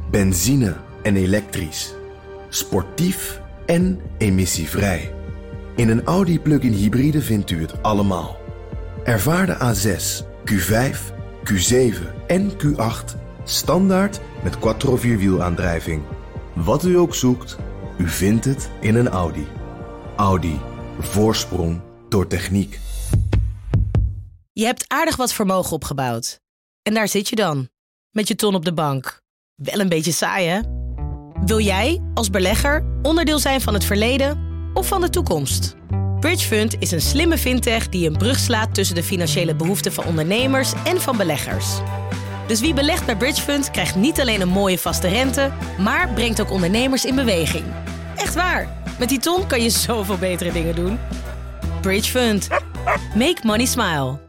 Benzine en elektrisch. Sportief en emissievrij. In een Audi plug-in hybride vindt u het allemaal. Ervaar de A6, Q5, Q7 en Q8 standaard met quattro-vierwielaandrijving. Wat u ook zoekt, u vindt het in een Audi. Audi. Voorsprong door techniek. Je hebt aardig wat vermogen opgebouwd. En daar zit je dan, met je ton op de bank. Wel een beetje saai, hè? Wil jij, als belegger, onderdeel zijn van het verleden of van de toekomst? Bridgefund is een slimme fintech die een brug slaat tussen de financiële behoeften van ondernemers en van beleggers. Dus wie belegt bij Bridgefund krijgt niet alleen een mooie vaste rente, maar brengt ook ondernemers in beweging. Echt waar, met die ton kan je zoveel betere dingen doen. Bridgefund. Make money smile.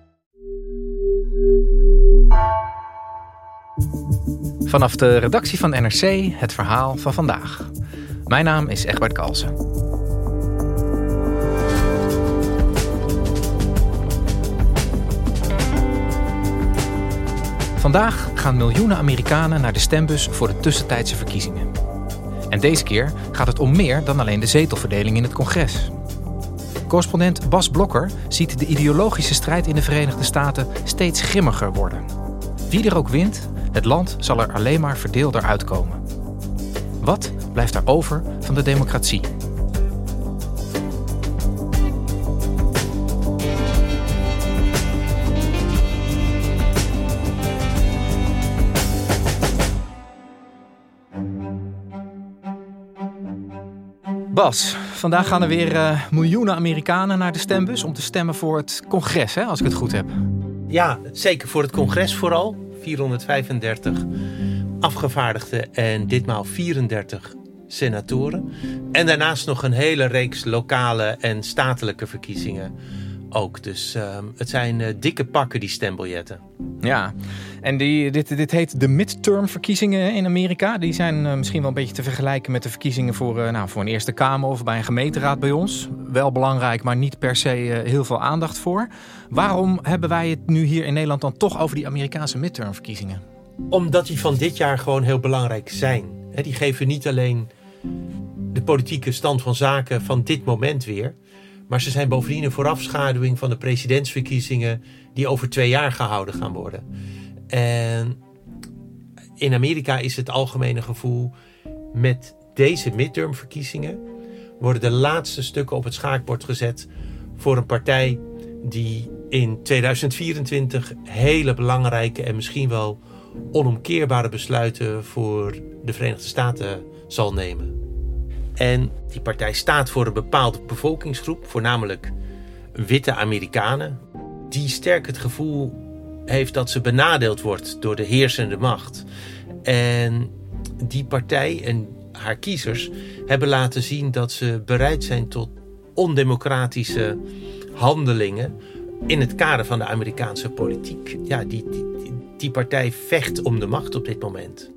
Vanaf de redactie van NRC het verhaal van vandaag. Mijn naam is Egbert Kalsen. Vandaag gaan miljoenen Amerikanen naar de stembus voor de tussentijdse verkiezingen. En deze keer gaat het om meer dan alleen de zetelverdeling in het congres. Correspondent Bas Blokker ziet de ideologische strijd in de Verenigde Staten steeds grimmiger worden. Wie er ook wint, het land zal er alleen maar verdeelder uitkomen. Wat blijft er over van de democratie? Bas, vandaag gaan er weer miljoenen Amerikanen naar de stembus om te stemmen voor het congres, hè, als ik het goed heb. Ja, zeker voor het congres vooral. 435 afgevaardigden en ditmaal 34 senatoren. En daarnaast nog een hele reeks lokale en statelijke verkiezingen ook. Dus het zijn dikke pakken, die stembiljetten. Ja, en dit heet de midterm-verkiezingen in Amerika. Die zijn misschien wel een beetje te vergelijken met de verkiezingen voor een Eerste Kamer of bij een gemeenteraad bij ons. Wel belangrijk, maar niet per se heel veel aandacht voor. Waarom hebben wij het nu hier in Nederland dan toch over die Amerikaanse midterm-verkiezingen? Omdat die van dit jaar gewoon heel belangrijk zijn. Die geven niet alleen de politieke stand van zaken van dit moment weer, maar ze zijn bovendien een voorafschaduwing van de presidentsverkiezingen die over 2 jaar gehouden gaan worden. En in Amerika is het algemene gevoel, met deze midtermverkiezingen worden de laatste stukken op het schaakbord gezet voor een partij die in 2024 hele belangrijke en misschien wel onomkeerbare besluiten voor de Verenigde Staten zal nemen. En die partij staat voor een bepaalde bevolkingsgroep, voornamelijk witte Amerikanen, die sterk het gevoel heeft dat ze benadeeld wordt door de heersende macht. En die partij en haar kiezers hebben laten zien dat ze bereid zijn tot ondemocratische handelingen in het kader van de Amerikaanse politiek. Ja, die partij vecht om de macht op dit moment.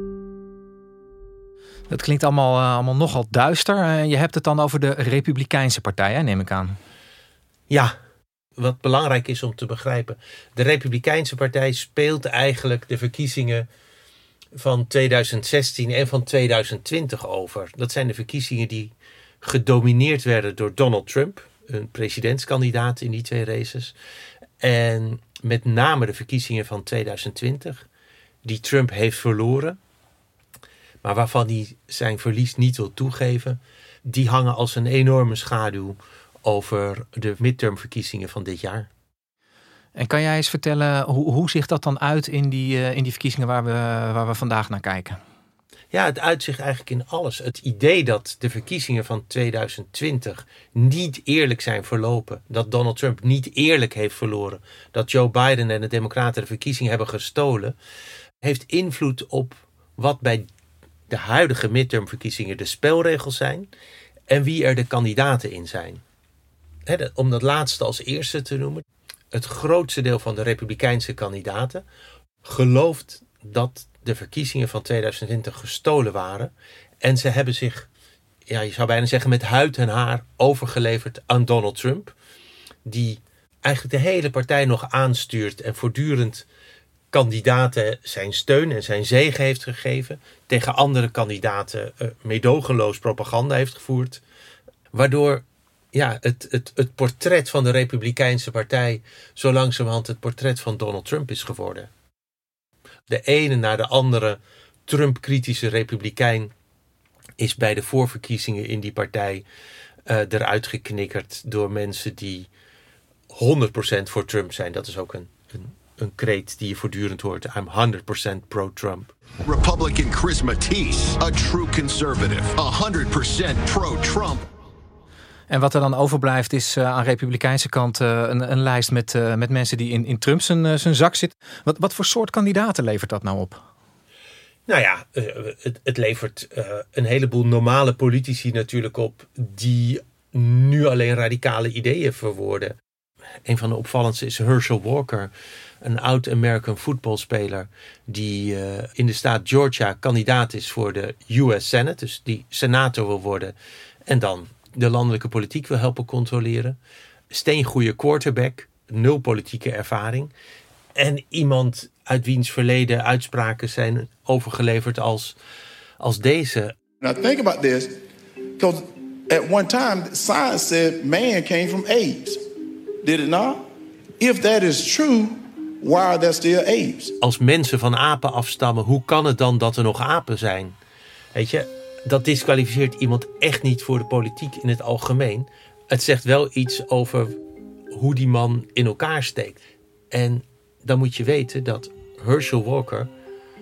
Dat klinkt allemaal nogal duister. Je hebt het dan over de Republikeinse partij, hè, neem ik aan. Ja, wat belangrijk is om te begrijpen. De Republikeinse partij speelt eigenlijk de verkiezingen van 2016 en van 2020 over. Dat zijn de verkiezingen die gedomineerd werden door Donald Trump, een presidentskandidaat in die 2 races. En met name de verkiezingen van 2020, die Trump heeft verloren, maar waarvan hij zijn verlies niet wil toegeven, die hangen als een enorme schaduw over de midtermverkiezingen van dit jaar. En kan jij eens vertellen, hoe ziet dat dan uit in die verkiezingen waar we vandaag naar kijken? Ja, het uitzicht eigenlijk in alles. Het idee dat de verkiezingen van 2020 niet eerlijk zijn verlopen, dat Donald Trump niet eerlijk heeft verloren, dat Joe Biden en de Democraten de verkiezingen hebben gestolen, heeft invloed op wat bij de huidige midtermverkiezingen de spelregels zijn en wie er de kandidaten in zijn. Om dat laatste als eerste te noemen. Het grootste deel van de Republikeinse kandidaten gelooft dat de verkiezingen van 2020 gestolen waren. En ze hebben zich, je zou bijna zeggen, met huid en haar overgeleverd aan Donald Trump, die eigenlijk de hele partij nog aanstuurt en voortdurend kandidaten zijn steun en zijn zege heeft gegeven. Tegen andere kandidaten meedogenloos propaganda heeft gevoerd. Waardoor het portret van de Republikeinse Partij zo langzamerhand het portret van Donald Trump is geworden. De ene na de andere Trump-kritische Republikein is bij de voorverkiezingen in die partij eruit geknikkerd door mensen die 100% voor Trump zijn. Dat is ook een kreet die je voortdurend hoort. I'm 100% pro-Trump. Republican Chris Matisse, a true conservative, 100% pro-Trump. En wat er dan overblijft is aan republikeinse kant een lijst met mensen die in Trump zijn zak zitten. Wat voor soort kandidaten levert dat nou op? Nou ja, het levert een heleboel normale politici natuurlijk op die nu alleen radicale ideeën verwoorden. Een van de opvallendste is Herschel Walker, een oud-American voetbalspeler die in de staat Georgia kandidaat is voor de US Senate, dus die senator wil worden en dan de landelijke politiek wil helpen controleren. Steengoeie quarterback, 0 politieke ervaring en iemand uit wiens verleden uitspraken zijn overgeleverd als deze. Now think about this, because at one time science said man came from apes. Did it not? If that is true, why are there still apes? Als mensen van apen afstammen, hoe kan het dan dat er nog apen zijn? Weet je, dat disqualificeert iemand echt niet voor de politiek in het algemeen. Het zegt wel iets over hoe die man in elkaar steekt. En dan moet je weten dat Herschel Walker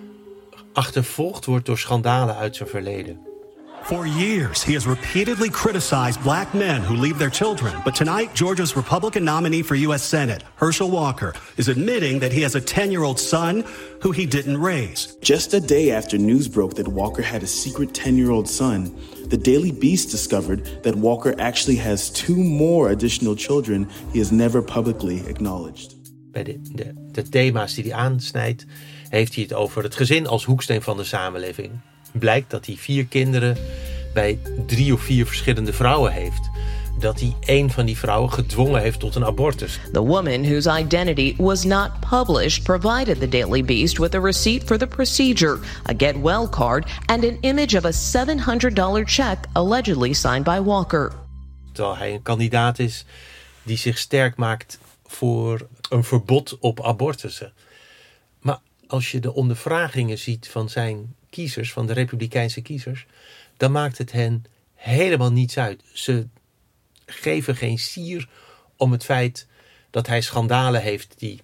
achtervolgd wordt door schandalen uit zijn verleden. For years, he has repeatedly criticized black men who leave their children. But tonight, Georgia's Republican nominee for U.S. Senate, Herschel Walker, is admitting that he has a 10-year-old son who he didn't raise. Just a day after news broke that Walker had a secret 10-year-old son, the Daily Beast discovered that Walker actually has 2 more additional children he has never publicly acknowledged. Bij de thema's die hij aansnijdt, heeft hij het over het gezin als hoeksteen van de samenleving. Blijkt dat hij 4 kinderen bij 3 of 4 verschillende vrouwen heeft. Dat hij 1 van die vrouwen gedwongen heeft tot een abortus. The woman whose identity was not published provided the Daily Beast with a receipt for the procedure, a get well card and an image of a $700 check allegedly signed by Walker. Terwijl hij een kandidaat is die zich sterk maakt voor een verbod op abortussen. Maar als je de ondervragingen ziet van zijn kiezers, van de Republikeinse kiezers, dan maakt het hen helemaal niets uit. Ze geven geen sier om het feit dat hij schandalen heeft die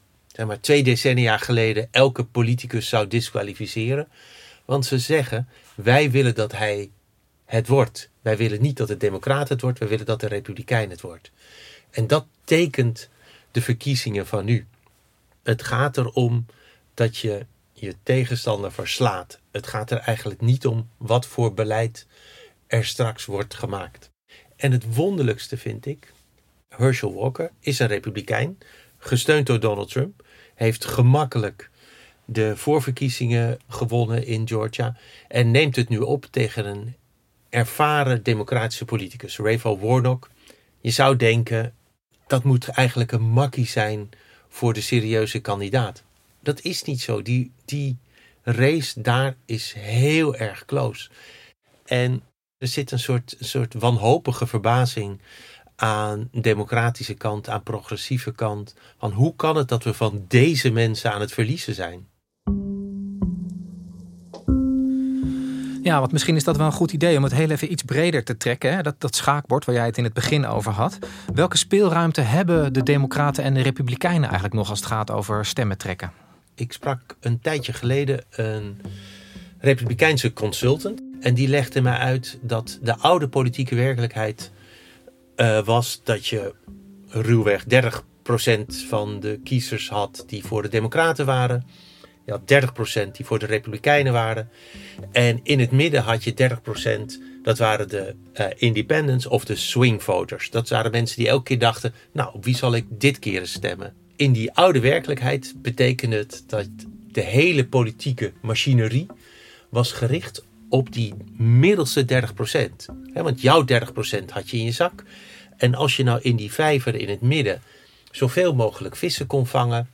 2 decennia geleden elke politicus zou disqualificeren. Want ze zeggen, wij willen dat hij het wordt. Wij willen niet dat de Democrat het wordt, wij willen dat de Republikein het wordt. En dat tekent de verkiezingen van nu. Het gaat erom dat je je tegenstander verslaat. Het gaat er eigenlijk niet om wat voor beleid er straks wordt gemaakt. En het wonderlijkste vind ik, Herschel Walker is een Republikein, gesteund door Donald Trump, heeft gemakkelijk de voorverkiezingen gewonnen in Georgia en neemt het nu op tegen een ervaren democratische politicus, Raphael Warnock. Je zou denken, dat moet eigenlijk een makkie zijn voor de serieuze kandidaat. Dat is niet zo. Die race daar is heel erg close. En er zit een soort wanhopige verbazing aan de democratische kant, aan progressieve kant. Van hoe kan het dat we van deze mensen aan het verliezen zijn? Ja, want misschien is dat wel een goed idee om het heel even iets breder te trekken. Hè? Dat schaakbord waar jij het in het begin over had. Welke speelruimte hebben de Democraten en de Republikeinen eigenlijk nog als het gaat over stemmen trekken? Ik sprak een tijdje geleden een Republikeinse consultant. En die legde mij uit dat de oude politieke werkelijkheid was dat je ruwweg 30% van de kiezers had die voor de Democraten waren. Je had 30% die voor de Republikeinen waren. En in het midden had je 30%, dat waren de independents of de swing voters. Dat waren mensen die elke keer dachten, nou, op wie zal ik dit keer eens stemmen? In die oude werkelijkheid betekende het dat de hele politieke machinerie was gericht op die middelste 30%. Want jouw 30% had je in je zak. En als je nou in die vijver in het midden zoveel mogelijk vissen kon vangen,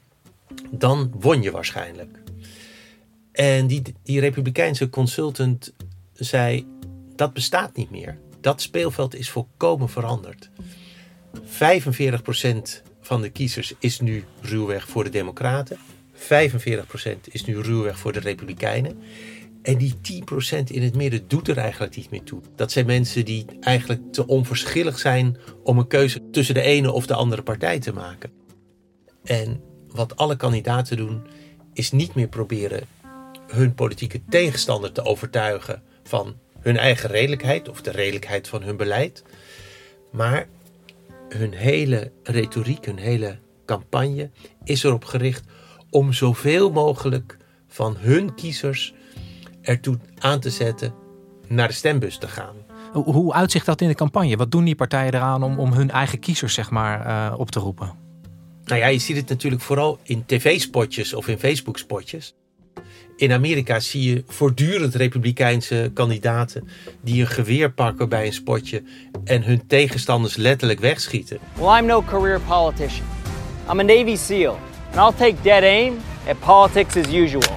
dan won je waarschijnlijk. En die Republikeinse consultant zei, dat bestaat niet meer. Dat speelveld is volkomen veranderd. 45% van de kiezers is nu ruwweg voor de Democraten. 45% is nu ruwweg voor de Republikeinen. En die 10% in het midden doet er eigenlijk niet meer toe. Dat zijn mensen die eigenlijk te onverschillig zijn om een keuze tussen de ene of de andere partij te maken. En wat alle kandidaten doen, is niet meer proberen hun politieke tegenstander te overtuigen van hun eigen redelijkheid of de redelijkheid van hun beleid. Maar hun hele retoriek, hun hele campagne is erop gericht om zoveel mogelijk van hun kiezers ertoe aan te zetten naar de stembus te gaan. Hoe uitzicht dat in de campagne? Wat doen die partijen eraan om hun eigen kiezers zeg maar, op te roepen? Nou ja, je ziet het natuurlijk vooral in tv-spotjes of in Facebook-spotjes. In Amerika zie je voortdurend republikeinse kandidaten die een geweer pakken bij een spotje en hun tegenstanders letterlijk wegschieten. Well, I'm no career politician. I'm a Navy SEAL. And I'll take dead aim at politics as usual.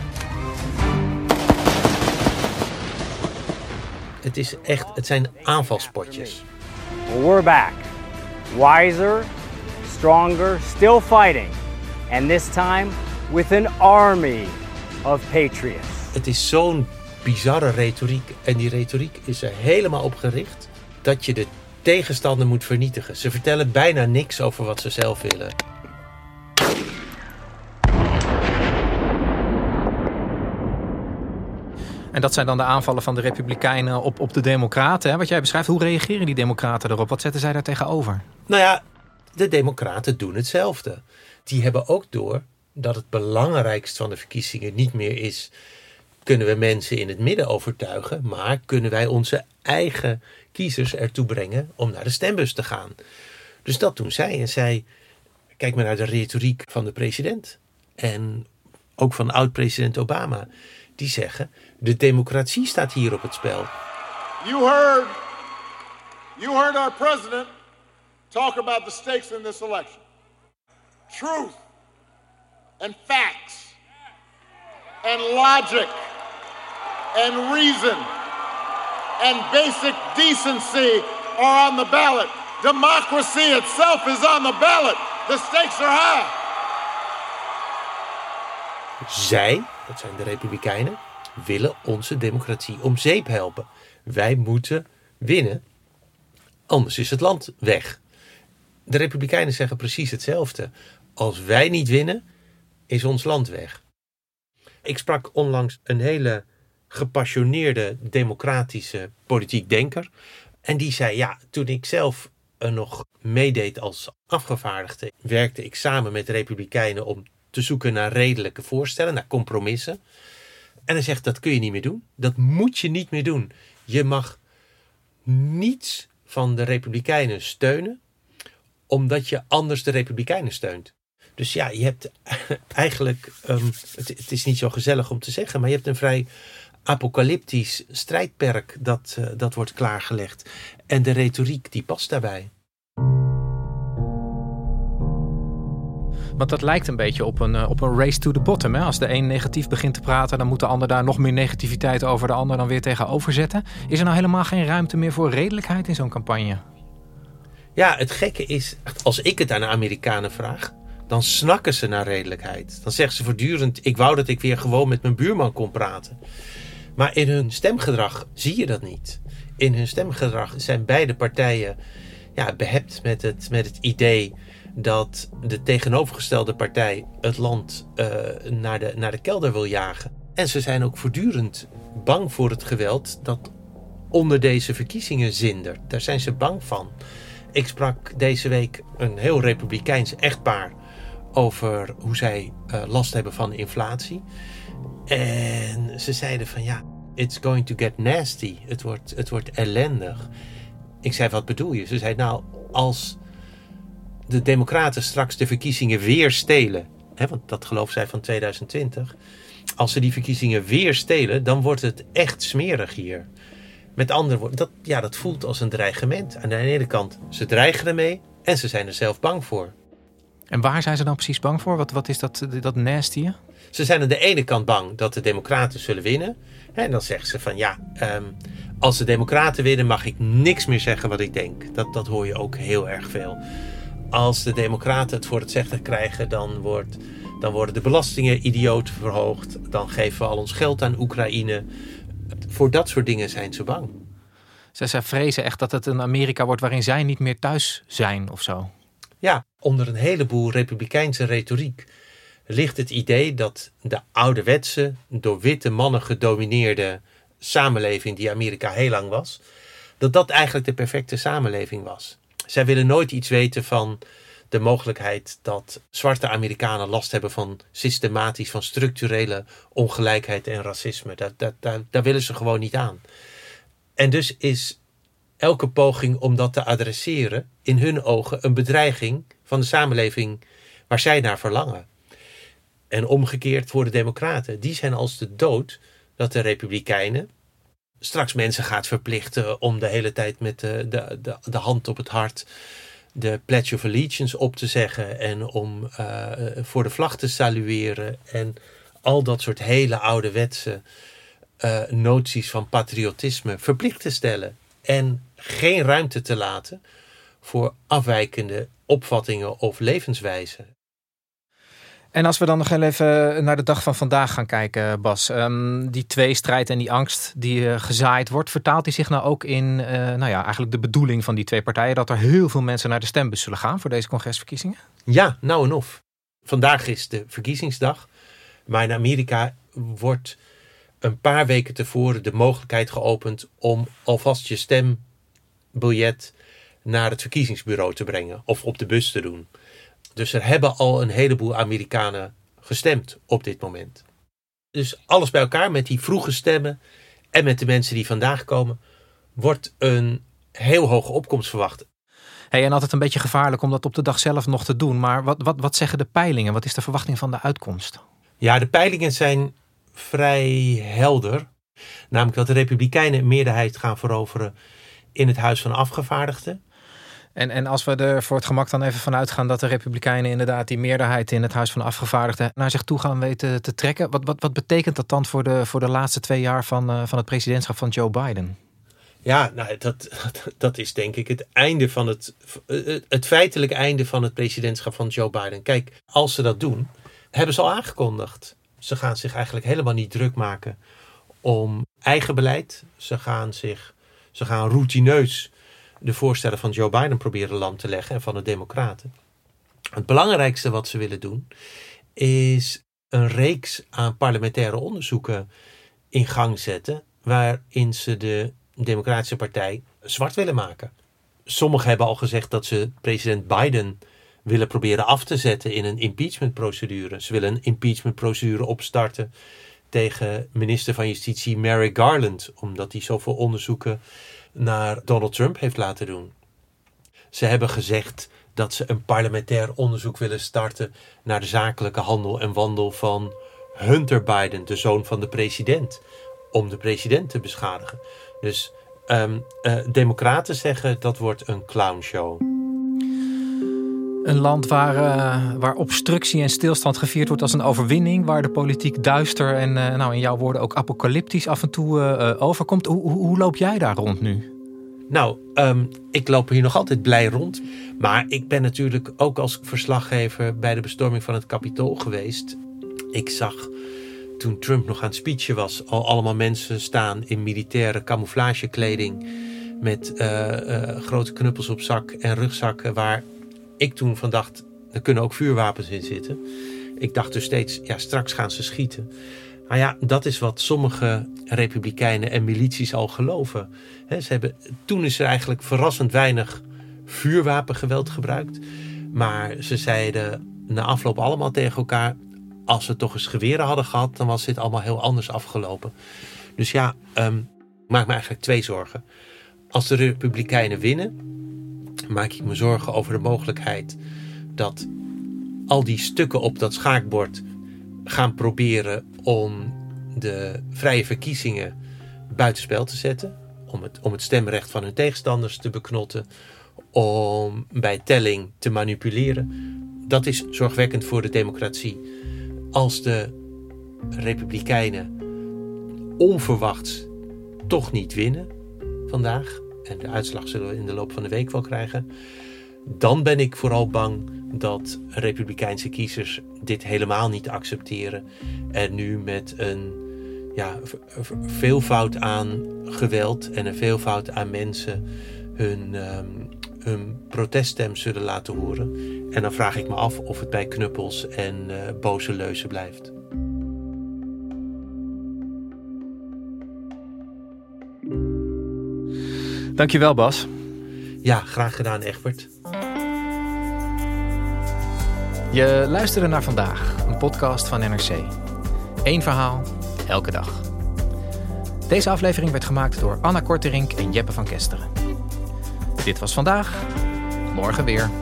Het zijn aanvalspotjes. Well, we're back. Wiser, stronger, still fighting. And this time with an army of patriots. Het is zo'n bizarre retoriek. En die retoriek is er helemaal op gericht dat je de tegenstander moet vernietigen. Ze vertellen bijna niks over wat ze zelf willen. En dat zijn dan de aanvallen van de Republikeinen op de Democraten. Hè? Wat jij beschrijft, hoe reageren die Democraten erop? Wat zetten zij daar tegenover? Nou ja, de Democraten doen hetzelfde. Die hebben ook door dat het belangrijkst van de verkiezingen niet meer is, kunnen we mensen in het midden overtuigen, maar kunnen wij onze eigen kiezers ertoe brengen om naar de stembus te gaan. Dus dat doen zij. En zij, kijk maar naar de retoriek van de president en ook van oud-president Obama. Die zeggen, de democratie staat hier op het spel. You heard our president talk about the stakes in this election. Truth and facts and logic and reason and basic decency are on the ballot. Democracy itself is on the ballot. The stakes are high. Zij, dat zijn de Republikeinen, willen onze democratie om zeep helpen. Wij moeten winnen, anders is het land weg. De Republikeinen zeggen precies hetzelfde. Als wij niet winnen, is ons land weg. Ik sprak onlangs een hele gepassioneerde democratische politiek denker. En die zei, ja, toen ik zelf nog meedeed als afgevaardigde, werkte ik samen met Republikeinen om te zoeken naar redelijke voorstellen, naar compromissen. En hij zegt, dat kun je niet meer doen. Dat moet je niet meer doen. Je mag niets van de Republikeinen steunen, omdat je anders de Republikeinen steunt. Dus ja, je hebt eigenlijk, het is niet zo gezellig om te zeggen, maar je hebt een vrij apocalyptisch strijdperk dat wordt klaargelegd. En de retoriek die past daarbij. Want dat lijkt een beetje op een race to the bottom. Hè? Als de een negatief begint te praten, dan moet de ander daar nog meer negativiteit over de ander dan weer tegenover zetten. Is er nou helemaal geen ruimte meer voor redelijkheid in zo'n campagne? Ja, het gekke is, als ik het aan de Amerikanen vraag, dan snakken ze naar redelijkheid. Dan zeggen ze voortdurend, ik wou dat ik weer gewoon met mijn buurman kon praten. Maar in hun stemgedrag zie je dat niet. In hun stemgedrag zijn beide partijen behept met het idee dat de tegenovergestelde partij het land naar de kelder wil jagen. En ze zijn ook voortdurend bang voor het geweld dat onder deze verkiezingen zindert. Daar zijn ze bang van. Ik sprak deze week een heel republikeins echtpaar over hoe zij last hebben van inflatie. En ze zeiden van it's going to get nasty. Het wordt ellendig. Ik zei, wat bedoel je? Ze zei, nou, als de Democraten straks de verkiezingen weer stelen, want dat geloof zij van 2020, als ze die verkiezingen weer stelen, dan wordt het echt smerig hier. Met andere woorden, dat voelt als een dreigement. Aan de ene kant, ze dreigen ermee en ze zijn er zelf bang voor. En waar zijn ze dan precies bang voor? Wat is dat nasty? Ze zijn aan de ene kant bang dat de democraten zullen winnen. En dan zeggen ze van als de democraten winnen mag ik niks meer zeggen wat ik denk. Dat hoor je ook heel erg veel. Als de democraten het voor het zeggen krijgen, dan worden de belastingen idioot verhoogd. Dan geven we al ons geld aan Oekraïne. Voor dat soort dingen zijn ze bang. Zij vrezen echt dat het een Amerika wordt waarin zij niet meer thuis zijn of zo. Ja, onder een heleboel republikeinse retoriek ligt het idee dat de ouderwetse, door witte mannen gedomineerde samenleving die Amerika heel lang was, dat eigenlijk de perfecte samenleving was. Zij willen nooit iets weten van de mogelijkheid dat zwarte Amerikanen last hebben van systematisch, van structurele ongelijkheid en racisme. Daar willen ze gewoon niet aan. En dus is elke poging om dat te adresseren in hun ogen een bedreiging van de samenleving waar zij naar verlangen. En omgekeerd voor de democraten. Die zijn als de dood dat de republikeinen straks mensen gaat verplichten om de hele tijd met de hand op het hart de Pledge of Allegiance op te zeggen en om voor de vlag te salueren en al dat soort hele ouderwetse noties van patriotisme verplicht te stellen en geen ruimte te laten voor afwijkende opvattingen of levenswijzen. En als we dan nog even naar de dag van vandaag gaan kijken, Bas. Die tweestrijd en die angst die gezaaid wordt, vertaalt die zich nou ook in eigenlijk de bedoeling van die twee partijen, dat er heel veel mensen naar de stembus zullen gaan voor deze congresverkiezingen? Ja, nou en of. Vandaag is de verkiezingsdag, maar in Amerika wordt een paar weken tevoren de mogelijkheid geopend om alvast je stembiljet naar het verkiezingsbureau te brengen of op de bus te doen. Dus er hebben al een heleboel Amerikanen gestemd op dit moment. Dus alles bij elkaar met die vroege stemmen en met de mensen die vandaag komen, wordt een heel hoge opkomst verwacht. Hey, en altijd een beetje gevaarlijk om dat op de dag zelf nog te doen. Maar wat zeggen de peilingen? Wat is de verwachting van de uitkomst? Ja, de peilingen zijn vrij helder. Namelijk dat de Republikeinen een meerderheid gaan veroveren in het Huis van Afgevaardigden. En als we er voor het gemak dan even vanuit gaan dat de Republikeinen inderdaad die meerderheid in het Huis van Afgevaardigden naar zich toe gaan weten te trekken. Wat betekent dat dan voor de laatste 2 jaar van het presidentschap van Joe Biden? Ja, nou, dat is denk ik het einde van het feitelijke einde van het presidentschap van Joe Biden. Kijk, als ze dat doen, hebben ze al aangekondigd. Ze gaan zich eigenlijk helemaal niet druk maken om eigen beleid. Ze gaan routineus de voorstellen van Joe Biden proberen lam te leggen en van de Democraten. Het belangrijkste wat ze willen doen is een reeks aan parlementaire onderzoeken in gang zetten waarin ze de Democratische Partij zwart willen maken. Sommigen hebben al gezegd dat ze president Biden willen proberen af te zetten in een impeachmentprocedure. Ze willen een impeachmentprocedure opstarten tegen minister van Justitie Merrick Garland, omdat hij zoveel onderzoeken naar Donald Trump heeft laten doen. Ze hebben gezegd dat ze een parlementair onderzoek willen starten naar de zakelijke handel en wandel van Hunter Biden, de zoon van de president, om de president te beschadigen. Dus democraten zeggen dat wordt een clownshow. Een land waar obstructie en stilstand gevierd wordt als een overwinning, waar de politiek duister en in jouw woorden ook apocalyptisch af en toe overkomt. Hoe loop jij daar rond nu? Nou, ik loop hier nog altijd blij rond. Maar ik ben natuurlijk ook als verslaggever bij de bestorming van het Capitool geweest. Ik zag toen Trump nog aan het speechen was al allemaal mensen staan in militaire camouflagekleding met grote knuppels op zak en rugzakken waar ik toen van dacht, er kunnen ook vuurwapens in zitten. Ik dacht dus steeds, ja, straks gaan ze schieten. Nou ja, dat is wat sommige republikeinen en milities al geloven. Toen is er eigenlijk verrassend weinig vuurwapengeweld gebruikt. Maar ze zeiden na afloop allemaal tegen elkaar, als we toch eens geweren hadden gehad, dan was dit allemaal heel anders afgelopen. Dus ja, ik maak me eigenlijk 2 zorgen. Als de republikeinen winnen, maak ik me zorgen over de mogelijkheid dat al die stukken op dat schaakbord gaan proberen om de vrije verkiezingen buitenspel te zetten. Om het stemrecht van hun tegenstanders te beknotten. om bij telling te manipuleren. Dat is zorgwekkend voor de democratie. Als de Republikeinen onverwachts toch niet winnen vandaag, en de uitslag zullen we in de loop van de week wel krijgen, dan ben ik vooral bang dat Republikeinse kiezers dit helemaal niet accepteren en nu met een veelvoud aan geweld en een veelvoud aan mensen hun proteststem zullen laten horen. En dan vraag ik me af of het bij knuppels en boze leuzen blijft. Dankjewel, Bas. Ja, graag gedaan, Egbert. Je luisterde naar Vandaag, een podcast van NRC. Eén verhaal, elke dag. Deze aflevering werd gemaakt door Anna Korterink en Jeppe van Kesteren. Dit was Vandaag, morgen weer.